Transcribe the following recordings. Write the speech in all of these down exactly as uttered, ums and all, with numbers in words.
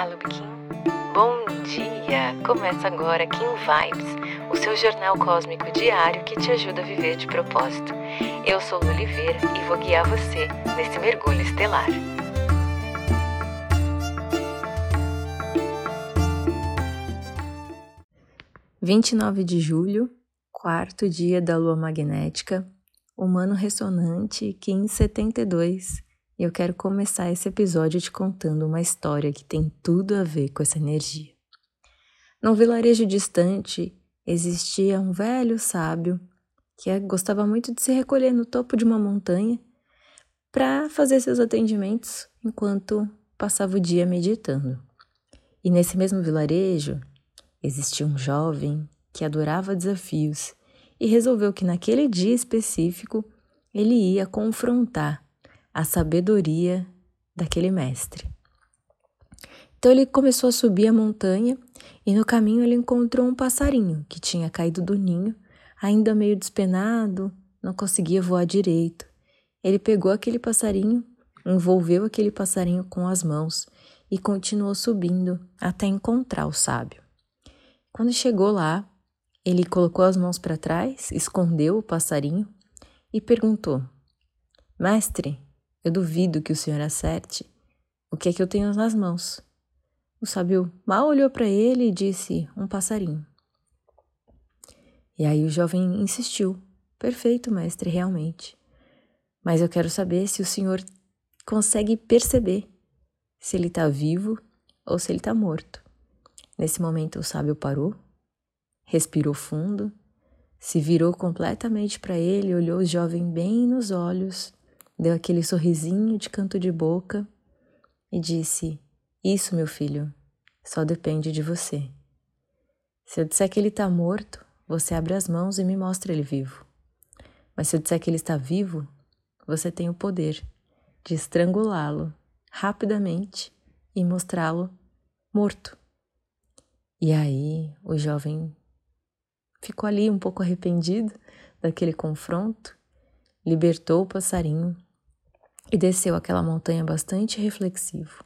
Olá, Lubiquim. Bom dia! Começa agora Kim Vibes, o seu jornal cósmico diário que te ajuda a viver de propósito. Eu sou Lu Oliveira e vou guiar você nesse mergulho estelar. vinte e nove de julho, quarto dia da lua magnética, humano ressonante Kim setenta e dois. E eu quero começar esse episódio te contando uma história que tem tudo a ver com essa energia. Num vilarejo distante, existia um velho sábio que gostava muito de se recolher no topo de uma montanha para fazer seus atendimentos enquanto passava o dia meditando. E nesse mesmo vilarejo, existia um jovem que adorava desafios e resolveu que naquele dia específico ele ia confrontar a sabedoria daquele mestre. Então ele começou a subir a montanha e no caminho ele encontrou um passarinho que tinha caído do ninho, ainda meio despenado, não conseguia voar direito. Ele pegou aquele passarinho, envolveu aquele passarinho com as mãos e continuou subindo até encontrar o sábio. Quando chegou lá, ele colocou as mãos para trás, escondeu o passarinho e perguntou: Mestre, eu duvido que o senhor acerte. O que é que eu tenho nas mãos? O sábio mal olhou para ele e disse: um passarinho. E aí o jovem insistiu: perfeito, mestre, realmente. Mas eu quero saber se o senhor consegue perceber se ele está vivo ou se ele está morto. Nesse momento o sábio parou, respirou fundo, se virou completamente para ele, olhou o jovem bem nos olhos, deu aquele sorrisinho de canto de boca e disse: isso, meu filho, só depende de você. Se eu disser que ele está morto, você abre as mãos e me mostra ele vivo. Mas se eu disser que ele está vivo, você tem o poder de estrangulá-lo rapidamente e mostrá-lo morto. E aí o jovem ficou ali um pouco arrependido daquele confronto, libertou o passarinho e desceu aquela montanha bastante reflexivo.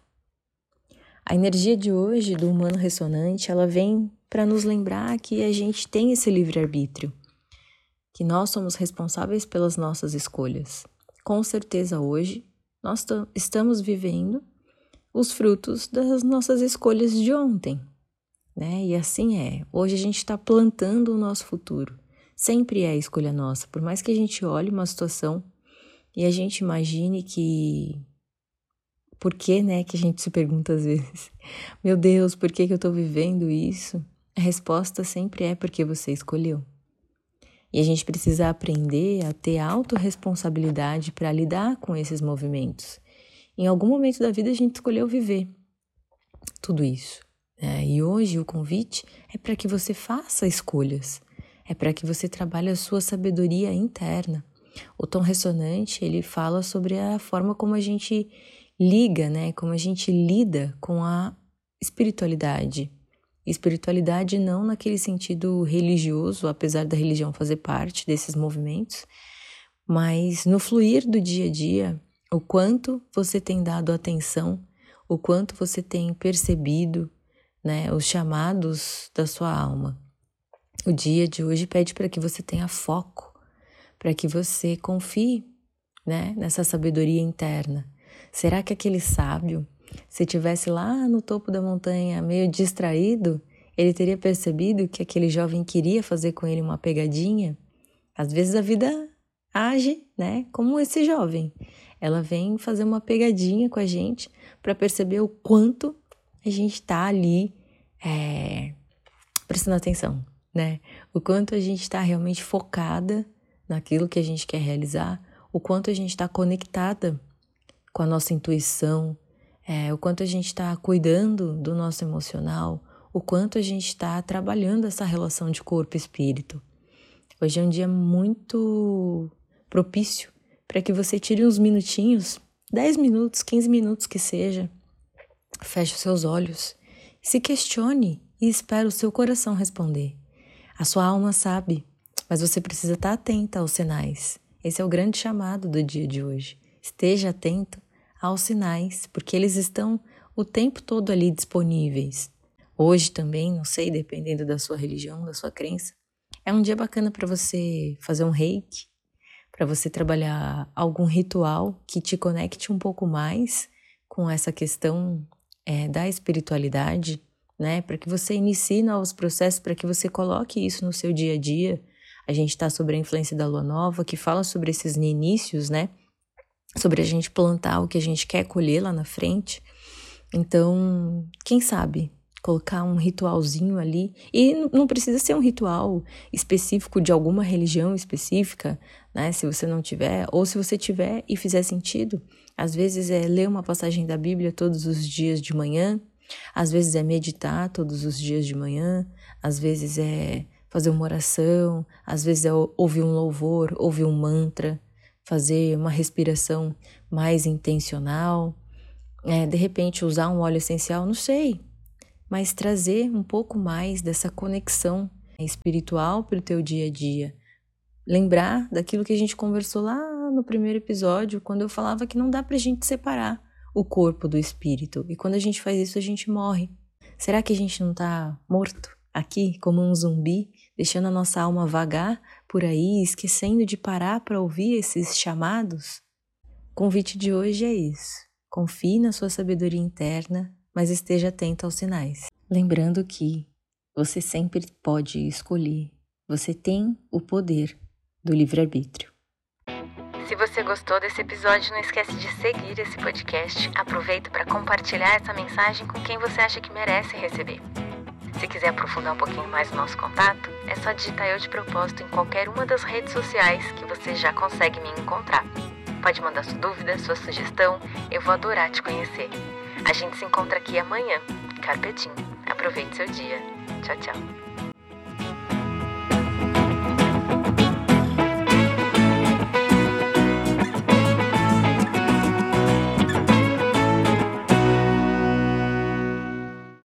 A energia de hoje do humano ressonante, ela vem para nos lembrar que a gente tem esse livre-arbítrio, que nós somos responsáveis pelas nossas escolhas. Com certeza hoje nós t- estamos vivendo os frutos das nossas escolhas de ontem, né? E assim é. Hoje a gente está plantando o nosso futuro. Sempre é a escolha nossa. Por mais que a gente olhe uma situação e a gente imagine que... Por que, né, que a gente se pergunta às vezes? Meu Deus, por que que eu estou vivendo isso? A resposta sempre é porque você escolheu. E a gente precisa aprender a ter autorresponsabilidade para lidar com esses movimentos. Em algum momento da vida a gente escolheu viver tudo isso, né? E hoje o convite é para que você faça escolhas. É para que você trabalhe a sua sabedoria interna. O tom ressonante, ele fala sobre a forma como a gente liga, né? Como a gente lida com a espiritualidade. Espiritualidade não naquele sentido religioso, apesar da religião fazer parte desses movimentos, mas no fluir do dia a dia, o quanto você tem dado atenção, o quanto você tem percebido, né, os chamados da sua alma. O dia de hoje pede para que você tenha foco, para que você confie, né, nessa sabedoria interna. Será que aquele sábio, se estivesse lá no topo da montanha meio distraído, ele teria percebido que aquele jovem queria fazer com ele uma pegadinha? Às vezes a vida age, né, como esse jovem. Ela vem fazer uma pegadinha com a gente para perceber o quanto a gente está ali é, prestando atenção, né? O quanto a gente está realmente focada naquilo que a gente quer realizar, o quanto a gente está conectada com a nossa intuição, é, o quanto a gente está cuidando do nosso emocional, o quanto a gente está trabalhando essa relação de corpo e espírito. Hoje é um dia muito propício para que você tire uns minutinhos, dez minutos, quinze minutos que seja, feche os seus olhos, se questione e espere o seu coração responder. A sua alma sabe, mas você precisa estar atenta aos sinais. Esse é o grande chamado do dia de hoje. Esteja atento aos sinais, porque eles estão o tempo todo ali disponíveis. Hoje também, não sei, dependendo da sua religião, da sua crença, é um dia bacana para você fazer um reiki, para você trabalhar algum ritual que te conecte um pouco mais com essa questão é, da espiritualidade, né? Para que você inicie novos processos, para que você coloque isso no seu dia a dia. A gente está sobre a influência da lua nova, que fala sobre esses inícios, né? Sobre a gente plantar o que a gente quer colher lá na frente. Então, quem sabe colocar um ritualzinho ali, e não precisa ser um ritual específico de alguma religião específica, né? Se você não tiver, ou se você tiver e fizer sentido, às vezes é ler uma passagem da Bíblia todos os dias de manhã, às vezes é meditar todos os dias de manhã, às vezes é fazer uma oração, às vezes é ouvir um louvor, ouvir um mantra, fazer uma respiração mais intencional, é, de repente usar um óleo essencial, não sei, mas trazer um pouco mais dessa conexão espiritual para o teu dia a dia. Lembrar daquilo que a gente conversou lá no primeiro episódio, quando eu falava que não dá pra gente separar o corpo do espírito. E quando a gente faz isso, a gente morre. Será que a gente não tá morto aqui, como um zumbi, deixando a nossa alma vagar por aí, esquecendo de parar para ouvir esses chamados? O convite de hoje é isso. Confie na sua sabedoria interna, mas esteja atento aos sinais. Lembrando que você sempre pode escolher. Você tem o poder do livre-arbítrio. Se você gostou desse episódio, não esquece de seguir esse podcast. Aproveita para compartilhar essa mensagem com quem você acha que merece receber. Se quiser aprofundar um pouquinho mais o nosso contato, é só digitar Eu de Propósito em qualquer uma das redes sociais que você já consegue me encontrar. Pode mandar sua dúvida, sua sugestão, eu vou adorar te conhecer. A gente se encontra aqui amanhã. Carpe diem. Aproveite seu dia. Tchau, tchau.